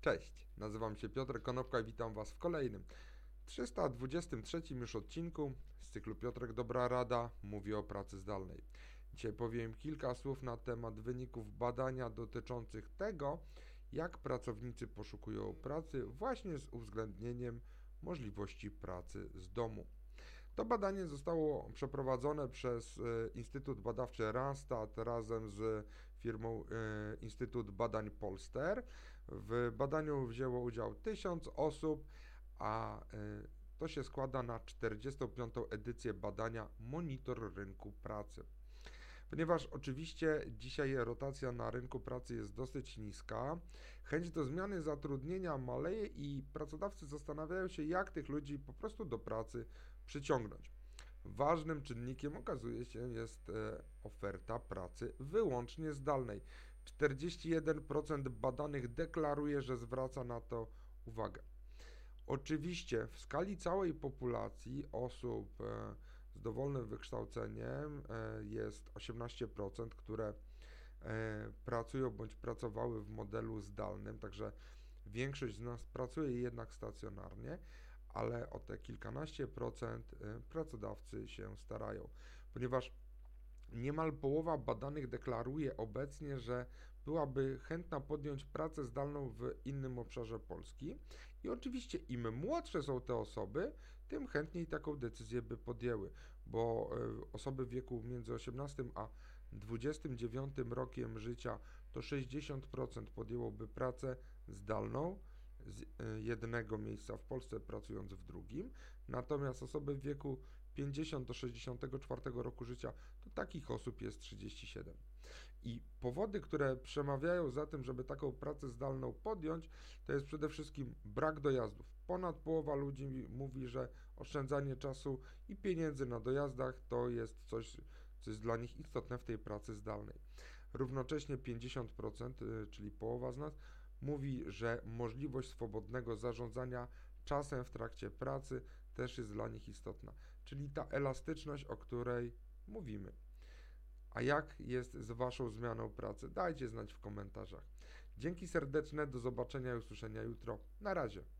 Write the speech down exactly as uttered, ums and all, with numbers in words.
Cześć, nazywam się Piotr Konopka i witam Was w kolejnym trzysta dwudziestym trzecim już odcinku z cyklu Piotrek Dobra Rada mówi o pracy zdalnej. Dzisiaj powiem kilka słów na temat wyników badania dotyczących tego, jak pracownicy poszukują pracy właśnie z uwzględnieniem możliwości pracy z domu. To badanie zostało przeprowadzone przez Instytut Badawczy Randstad razem z firmą Instytut Badań Polster. W badaniu wzięło udział tysiąc osób, a to się składa na czterdziestą piątą edycję badania Monitor Rynku Pracy. Ponieważ oczywiście dzisiaj rotacja na rynku pracy jest dosyć niska, chęć do zmiany zatrudnienia maleje i pracodawcy zastanawiają się, jak tych ludzi po prostu do pracy przyciągnąć. Ważnym czynnikiem okazuje się jest oferta pracy wyłącznie zdalnej. czterdzieści jeden procent badanych deklaruje, że zwraca na to uwagę. Oczywiście w skali całej populacji osób z dowolnym wykształceniem jest osiemnaście procent, które pracują bądź pracowały w modelu zdalnym, także większość z nas pracuje jednak stacjonarnie, ale o te kilkanaście procent pracodawcy się starają, ponieważ niemal połowa badanych deklaruje obecnie, że byłaby chętna podjąć pracę zdalną w innym obszarze Polski i oczywiście im młodsze są te osoby, tym chętniej taką decyzję by podjęły, bo osoby w wieku między osiemnastym a dwudziestym dziewiątym rokiem życia to sześćdziesiąt procent podjęłoby pracę zdalną z jednego miejsca w Polsce, pracując w drugim, natomiast osoby w wieku pięćdziesiątego do sześćdziesiątego czwartego roku życia, to takich osób jest trzydzieści siedem. I powody, które przemawiają za tym, żeby taką pracę zdalną podjąć, to jest przede wszystkim brak dojazdów. Ponad połowa ludzi mówi, że oszczędzanie czasu i pieniędzy na dojazdach to jest coś, co jest dla nich istotne w tej pracy zdalnej. Równocześnie pięćdziesiąt procent, czyli połowa z nas, mówi, że możliwość swobodnego zarządzania czasem w trakcie pracy też jest dla nich istotna, czyli ta elastyczność, o której mówimy. A jak jest z Waszą zmianą pracy? Dajcie znać w komentarzach. Dzięki serdeczne, do zobaczenia i usłyszenia jutro. Na razie.